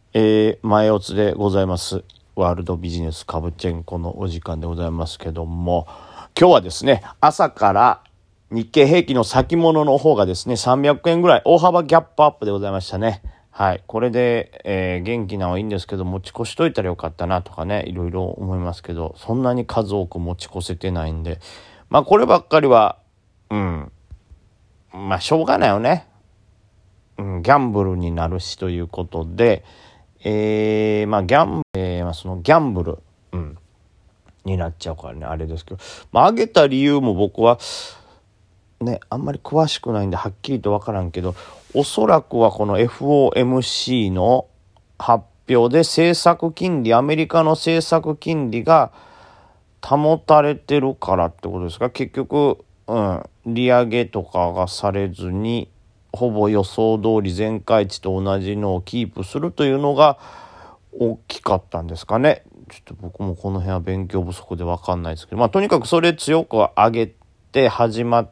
前オツでございます。ワールドビジネスカブチェンコのお時間でございますけども、今日はですね、朝から日経平均の先物の方がですね、300円ぐらい大幅ギャップアップでございましたね。はい。これで、元気なのはいいんですけど、持ち越しといたらよかったなとかね、いろいろ思いますけど、そんなに数多く持ち越せてないんで、こればっかりは、しょうがないよね。ギャンブルになるしということで、そのギャンブル、になっちゃうからね、あれですけど、上げた理由も僕はね、あんまり詳しくないんではっきりとわからんけど、おそらくはこの FOMC の発表でアメリカの政策金利が保たれてるからってことですか。結局、利上げとかがされずに、ほぼ予想通り前回値と同じのをキープするというのが大きかったんですかね。ちょっと僕もこの辺は勉強不足で分かんないですけど、とにかくそれ強く上げて始まって、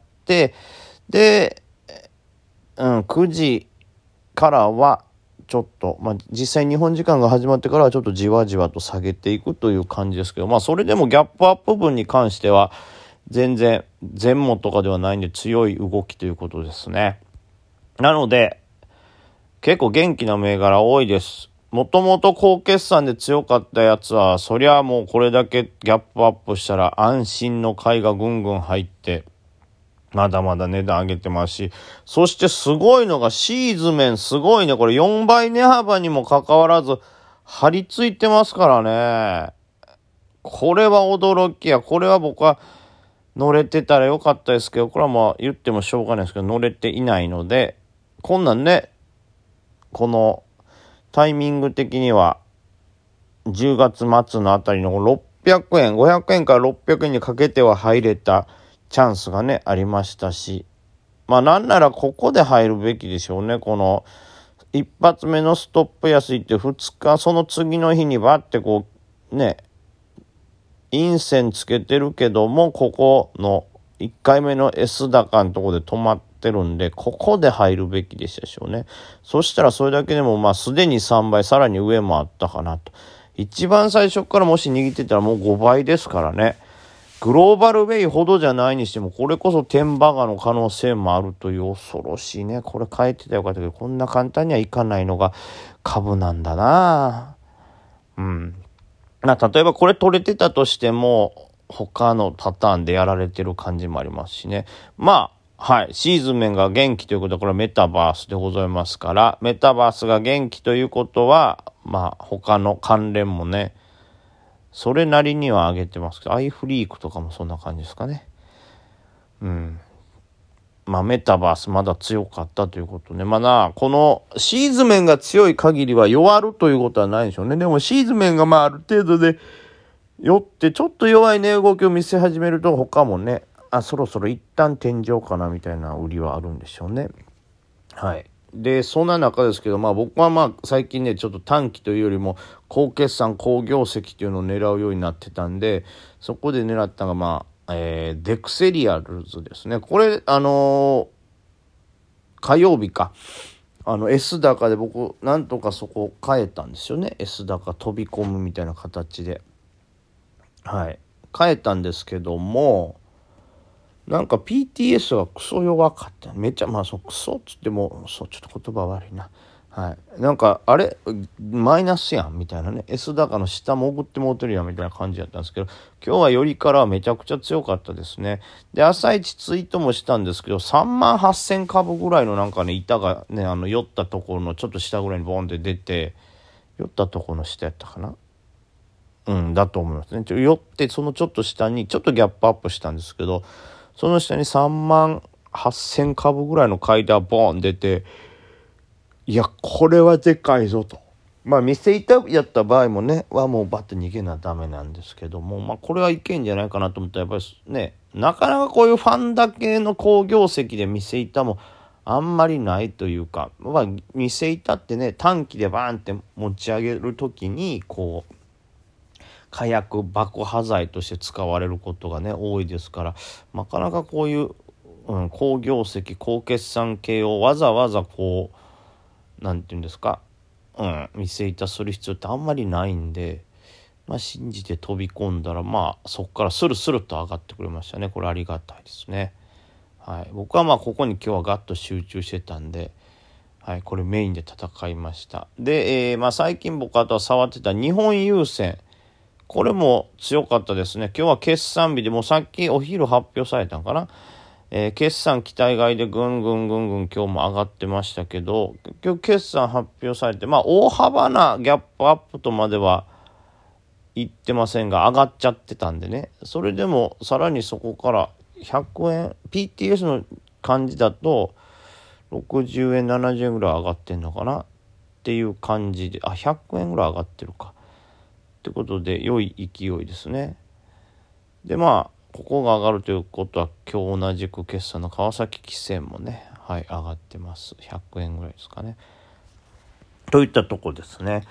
で、9時からはちょっと、実際日本時間が始まってからはちょっとじわじわと下げていくという感じですけど、それでもギャップアップ分に関しては全然前後とかではないんで強い動きということですね。なので結構元気な銘柄多いです。もともと高決算で強かったやつは、そりゃもうこれだけギャップアップしたら安心の買いがぐんぐん入って、まだまだ値段上げてますし、そしてすごいのがシーズメンすごいね。これ4倍値幅にもかかわらず張り付いてますからね。これは驚きや。これは僕は乗れてたらよかったですけど、これは言ってもしょうがないですけど、乗れていないので、こんなんね、このタイミング的には10月末のあたりの600円、500円から600円にかけては入れたチャンスがね、ありましたし、なんならここで入るべきでしょうね。この一発目のストップ安いって2日、その次の日にバッて陰線つけてるけども、ここの1回目の S 高のとこで止まってるんで、ここで入るべきでしたでしょうね。そしたらそれだけでもすでに3倍、さらに上もあったかなと。一番最初からもし握ってたらもう5倍ですからね。グローバルウェイほどじゃないにしても、これこそ10バガの可能性もあるという恐ろしいね。これ変えてたらよかったけど、こんな簡単にはいかないのが株なんだな。例えばこれ取れてたとしても、他のパターンでやられてる感じもありますしね。シーズン面が元気ということは、これはメタバースでございますから、メタバースが元気ということは、他の関連もね、それなりには上げてますけど、アイフリークとかもそんな感じですかね。メタバースまだ強かったということね。このシーズ面が強い限りは弱るということはないでしょうね。でもシーズ面がある程度でよってちょっと弱い値動きを見せ始めると、他もね、そろそろ一旦天井かなみたいな売りはあるんでしょうね。はい。で、そんな中ですけど、僕は最近ね、ちょっと短期というよりも高決算高業績っていうのを狙うようになってたんで、そこで狙ったのがデクセリアルズですね。これ火曜日か、S 高で僕なんとかそこ変えたんですよね。S 高飛び込むみたいな形で変えたんですけども、PTS がクソ弱かった。めっちゃクソっつってもちょっと言葉悪いな。あれマイナスやんみたいなね。 S 高の下潜ってもうてるやんみたいな感じだったんですけど、今日はよりからはめちゃくちゃ強かったですね。で、朝一ツイートもしたんですけど、38,000株ぐらいの板がね、寄ったところのちょっと下ぐらいにボンって出て、寄ったところの下やったかな、だと思いますね。寄ってそのちょっと下にちょっとギャップアップしたんですけど、その下に38,000株ぐらいの買いがボーン出て、いやこれはでかいぞと。店板やった場合もねもうバッと逃げなダメなんですけども、これはいけんじゃないかなと思ったら、やっぱりね、なかなかこういうファンだけの好業績で店板もあんまりないというか、店板ってね、短期でバーンって持ち上げるときに火薬爆破剤として使われることがね多いですから、なかなかこういう、好業績高決算系をわざわざなんていうんですか、 店板する必要ってあんまりないんで、信じて飛び込んだらそこからスルスルと上がってくれましたね。これありがたいですね。はい、僕はここに今日はガッと集中してたんで、はい、これメインで戦いました。で、最近僕あとは触ってた日本郵船、これも強かったですね。今日は決算日でもうさっきお昼発表されたのかな。決算期待外でぐんぐん今日も上がってましたけど、今日決算発表されて大幅なギャップアップとまでは言ってませんが上がっちゃってたんでね。それでもさらにそこから100円 PTS の感じだと60円70円ぐらい上がってんのかなっていう感じで、100円ぐらい上がってるかってことで良い勢いですね。でここが上がるということは今日同じく決算の川崎汽船もね、上がってます。100円ぐらいですかねといったとこですね。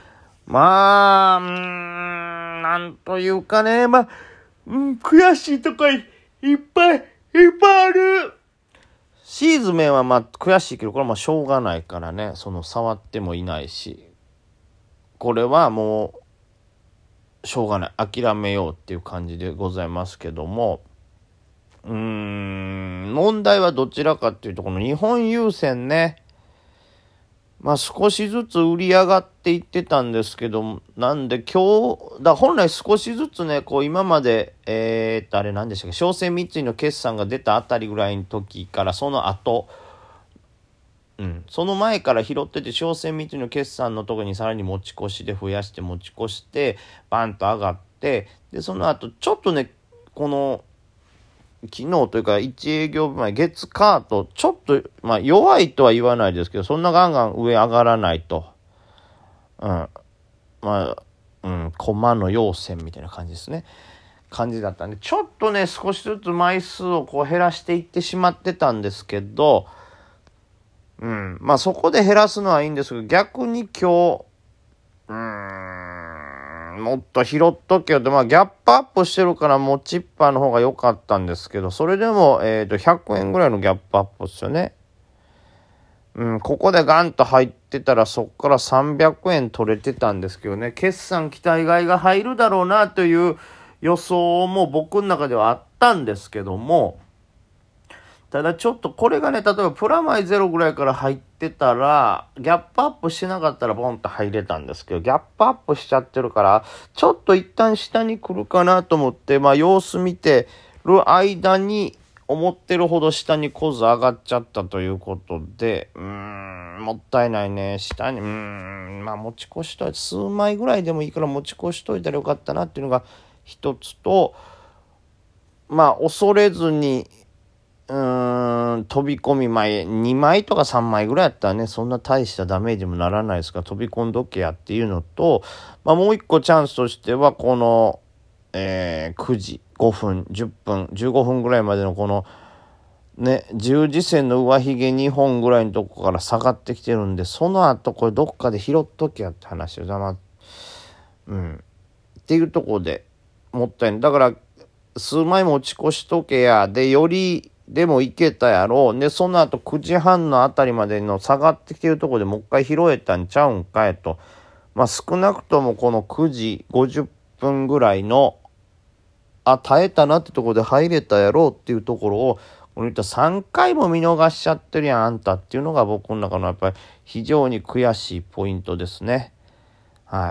なんというかね、悔しいとこいっぱいある。シーズメンは悔しいけど、これはしょうがないからね、触ってもいないし、これはもうしょうがない、諦めようっていう感じでございますけども、問題はどちらかっていうと、この日本郵船ね、少しずつ売り上がっていってたんですけど、なんで今日本来少しずつね、今まであれ何でしたっけ、商船三井の決算が出たあたりぐらいの時から、その後その前から拾ってて、商船三井の決算のとこにさらに持ち越しで増やして持ち越してバンと上がって、でその後ちょっとね、この昨日というか1営業日前月火とちょっと弱いとは言わないですけど、そんなガンガン上上がらないと、駒の陽線みたいな感じですね、感じだったんで、ちょっとね少しずつ枚数を減らしていってしまってたんですけど、そこで減らすのはいいんですけど、逆に今日もっと拾っとけよって、ギャップアップしてるから持ちっぱの方が良かったんですけど、それでも100円ぐらいのギャップアップですよね。ここでガンと入ってたらそこから300円取れてたんですけどね、決算期待外が入るだろうなという予想も僕の中ではあったんですけども、ただちょっとこれがね、例えばプラマイゼロぐらいから入ってたら、ギャップアップしなかったらボンと入れたんですけど、ギャップアップしちゃってるから、ちょっと一旦下に来るかなと思って、様子見てる間に思ってるほど下に来ず上がっちゃったということで、もったいないね。下に持ち越しといて、数枚ぐらいでもいいから持ち越しといたらよかったなっていうのが一つと、恐れずに飛び込み前2枚とか3枚ぐらいやったらね、そんな大したダメージもならないですから飛び込んどけやっていうのと、もう一個チャンスとしてはこの、9時5分10分15分ぐらいまでのこのね、十字線の上髭2本ぐらいのとこから下がってきてるんで、その後これどっかで拾っとけやって話をっていうところでもったいない。だから数枚持ち越しとけやで、よりでもいけたやろう。で、その後9時半のあたりまでの下がってきてるところでもう一回拾えたんちゃうんかいと。少なくともこの9時50分ぐらいの、耐えたなってところで入れたやろうっていうところを、この人3回も見逃しちゃってるやん、あんたっていうのが僕の中のやっぱり非常に悔しいポイントですね。はい。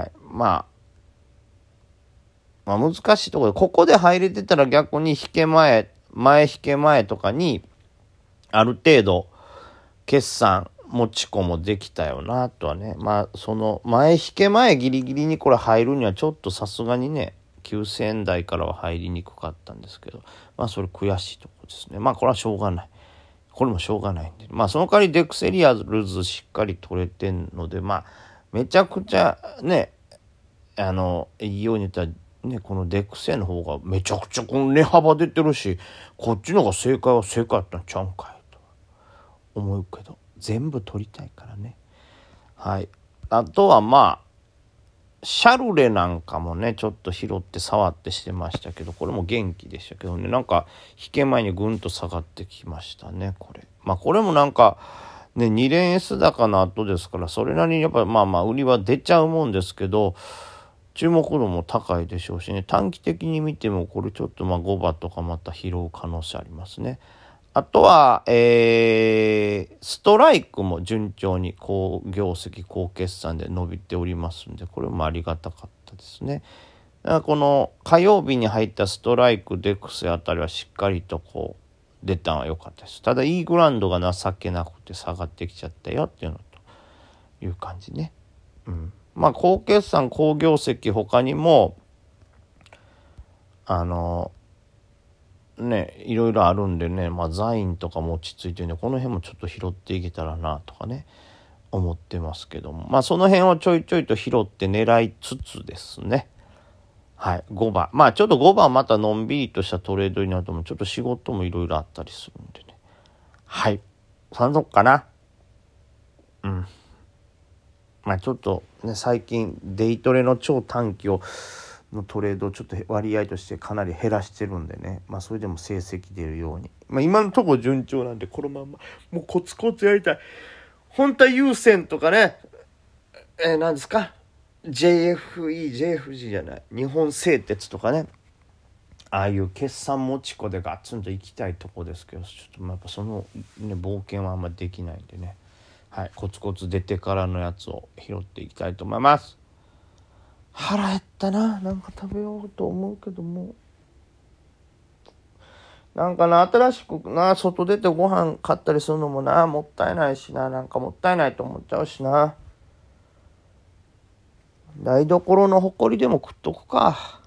難しいところで、ここで入れてたら逆に引け前とかにある程度決算持ち込もできたよなとはね。その引け前ギリギリにこれ入るにはちょっとさすがにね9000円台からは入りにくかったんですけど、それ悔しいところですね。これはしょうがない、これもしょうがないんで、その代わりデクセリアルズしっかり取れてんので、めちゃくちゃねいいように言ったらね、このデクセの方がめちゃくちゃこの値幅出てるし、こっちの方が正解やったんちゃうんかいと思うけど、全部取りたいからね。はい。あとはシャルレなんかもねちょっと拾って触ってしてましたけど、これも元気でしたけどね、引け前にぐんと下がってきましたね。これもね、2連 S 高の後ですから、それなりにやっぱり売りは出ちゃうもんですけど、注目度も高いでしょうしね、短期的に見てもこれちょっと5番とかまた拾う可能性ありますね。あとは、ストライクも順調に好業績好決算で伸びておりますんで、これもありがたかったですね。だからこの火曜日に入ったストライクデクスあたりはしっかりと出たのは良かったです。ただいいグラウンドが情けなくて下がってきちゃったよっていうのという感じね。好決算好業績他にもいろいろあるんでね、ザインとかも落ち着いてるんで、この辺もちょっと拾っていけたらなとかね思ってますけども、その辺をちょいちょいと拾って狙いつつですね。はい、5番ちょっと5番またのんびりとしたトレードになるともちょっと仕事もいろいろあったりするんでね。はい、3足かな。ちょっとね、最近デイトレの超短期のトレードをちょっと割合としてかなり減らしてるんでね、それでも成績出るように、今のところ順調なんで、このままもうコツコツやりたい。本当は優先とかね、何ですか JFG じゃない、日本製鉄とかね、ああいう決算持ち子でガッツンと行きたいとこですけど、ちょっとやっぱその、冒険はあんまできないんでね、はい、コツコツ出てからのやつを拾っていきたいと思います。腹減ったな。なんか食べようと思うけども、新しく外出てご飯買ったりするのももったいないしな、もったいないと思っちゃうしな。台所のほこりでも食っとくか。